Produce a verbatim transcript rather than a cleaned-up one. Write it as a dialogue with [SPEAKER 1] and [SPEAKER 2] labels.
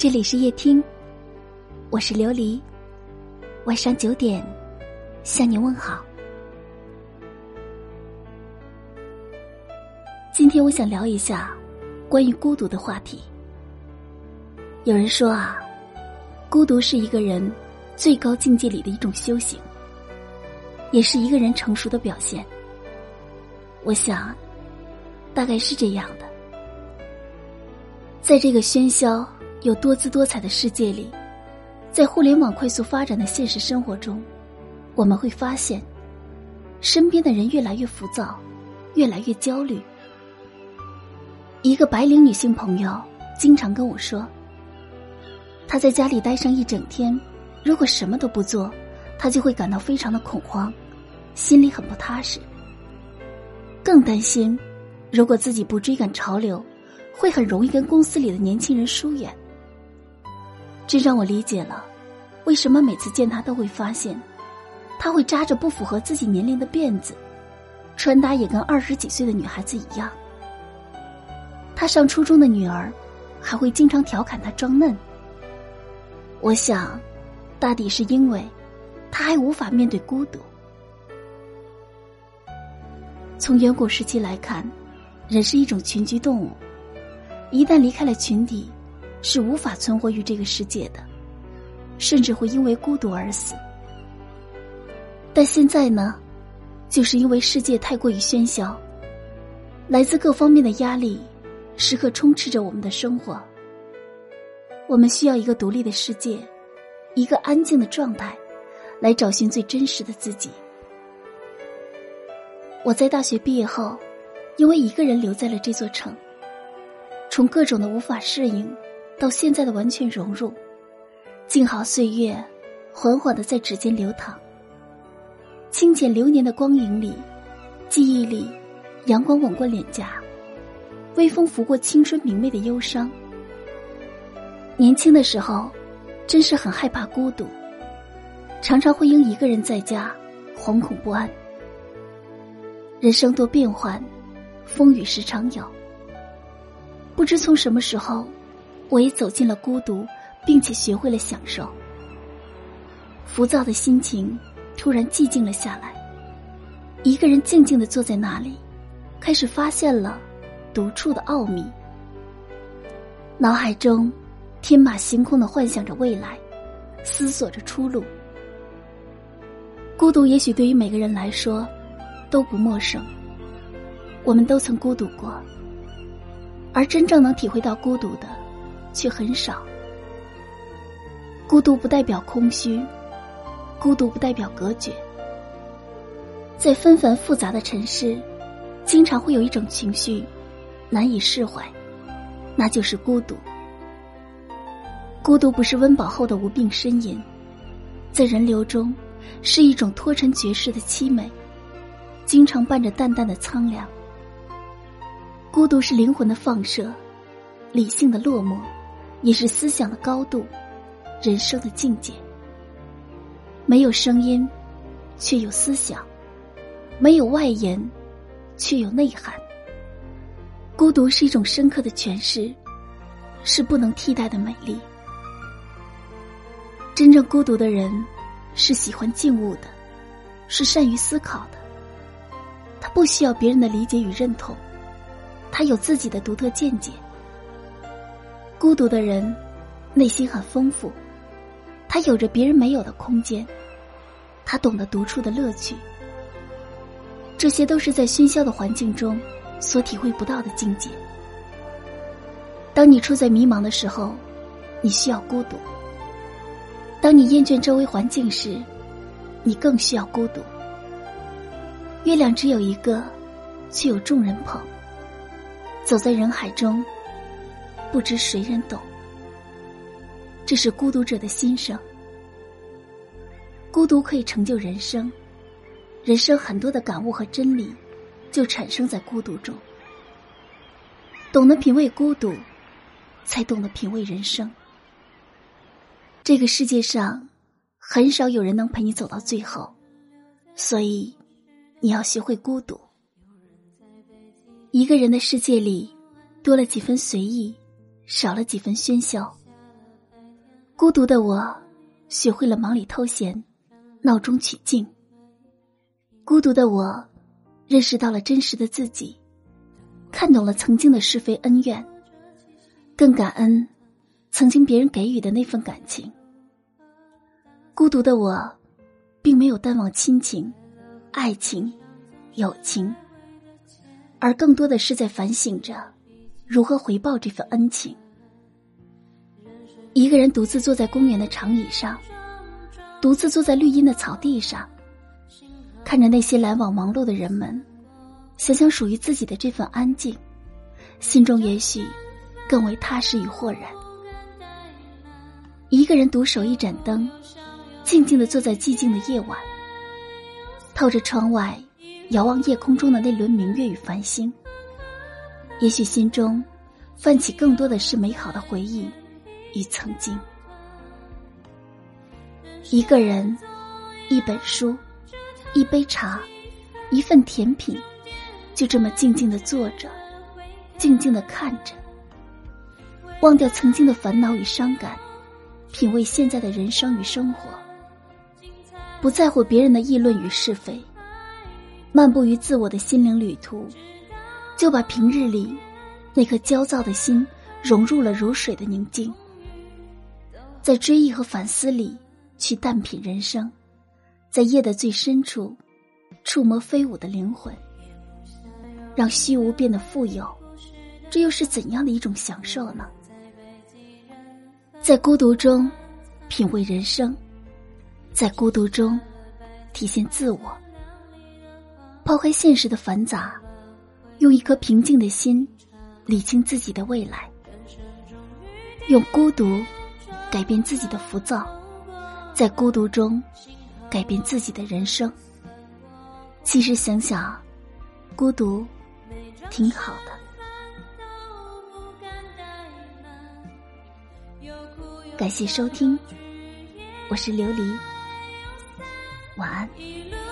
[SPEAKER 1] 这里是夜听，我是琉璃，晚上九点向你问好。今天我想聊一下关于孤独的话题。有人说啊，孤独是一个人最高境界里的一种修行，也是一个人成熟的表现。我想大概是这样的。在这个喧嚣有多姿多彩的世界里，在互联网快速发展的现实生活中，我们会发现身边的人越来越浮躁，越来越焦虑。一个白领女性朋友经常跟我说，她在家里待上一整天，如果什么都不做，她就会感到非常的恐慌，心里很不踏实，更担心如果自己不追赶潮流，会很容易跟公司里的年轻人疏远。这让我理解了为什么每次见她都会发现她会扎着不符合自己年龄的辫子，穿搭也跟二十几岁的女孩子一样。她上初中的女儿还会经常调侃她装嫩。我想大抵是因为她还无法面对孤独。从远古时期来看，人是一种群居动物，一旦离开了群体，是无法存活于这个世界的，甚至会因为孤独而死。但现在呢，就是因为世界太过于喧嚣，来自各方面的压力时刻充斥着我们的生活，我们需要一个独立的世界，一个安静的状态，来找寻最真实的自己。我在大学毕业后，因为一个人留在了这座城，从各种的无法适应到现在的完全融入，静好岁月缓缓地在指尖流淌，清浅流年的光影里，记忆里阳光吻过脸颊，微风拂过青春明媚的忧伤。年轻的时候真是很害怕孤独，常常会因一个人在家惶恐不安。人生多变幻，风雨时常有，不知从什么时候我也走进了孤独，并且学会了享受。浮躁的心情突然寂静了下来，一个人静静地坐在那里，开始发现了独处的奥秘。脑海中天马行空地幻想着未来，思索着出路。孤独也许对于每个人来说都不陌生，我们都曾孤独过，而真正能体会到孤独的却很少。孤独不代表空虚，孤独不代表隔绝。在纷繁复杂的尘世，经常会有一种情绪难以释怀，那就是孤独。孤独不是温饱后的无病呻吟，在人流中是一种脱尘绝世的凄美，经常伴着淡淡的苍凉。孤独是灵魂的放射，理性的落寞，也是思想的高度，人生的境界。没有声音，却有思想；没有外延，却有内涵。孤独是一种深刻的诠释，是不能替代的美丽。真正孤独的人是喜欢静物的，是善于思考的。他不需要别人的理解与认同，他有自己的独特见解。孤独的人内心很丰富，他有着别人没有的空间，他懂得独处的乐趣。这些都是在喧嚣的环境中所体会不到的境界。当你处在迷茫的时候，你需要孤独；当你厌倦周围环境时，你更需要孤独。月亮只有一个，却有众人捧。走在人海中，不知谁人懂。这是孤独者的心声。孤独可以成就人生，人生很多的感悟和真理就产生在孤独中。懂得品味孤独，才懂得品味人生。这个世界上很少有人能陪你走到最后，所以你要学会孤独。一个人的世界里多了几分随意，少了几分喧嚣， 孤独的我学会了忙里偷闲，闹中取静。孤独的我认识到了真实的自己，看懂了曾经的是非恩怨，更感恩曾经别人给予的那份感情。孤独的我并没有淡忘亲情、爱情、友情，而更多的是在反省着如何回报这份恩情。一个人独自坐在公园的长椅上，独自坐在绿荫的草地上，看着那些来往忙碌的人们，想想属于自己的这份安静，心中也许更为踏实与豁然。一个人独守一盏灯，静静地坐在寂静的夜晚，透着窗外遥望夜空中的那轮明月与繁星，也许心中泛起更多的是美好的回忆与曾经。一个人，一本书，一杯茶，一份甜品，就这么静静地坐着，静静地看着，忘掉曾经的烦恼与伤感，品味现在的人生与生活，不在乎别人的议论与是非，漫步于自我的心灵旅途，就把平日里那颗焦躁的心融入了如水的宁静，在追忆和反思里去淡品人生，在夜的最深处触摸飞舞的灵魂，让虚无变得富有，这又是怎样的一种享受呢？在孤独中品味人生，在孤独中体现自我，抛开现实的繁杂，用一颗平静的心理清自己的未来，用孤独改变自己的浮躁，在孤独中改变自己的人生。其实想想，孤独挺好的。感谢收听，我是琉璃，晚安。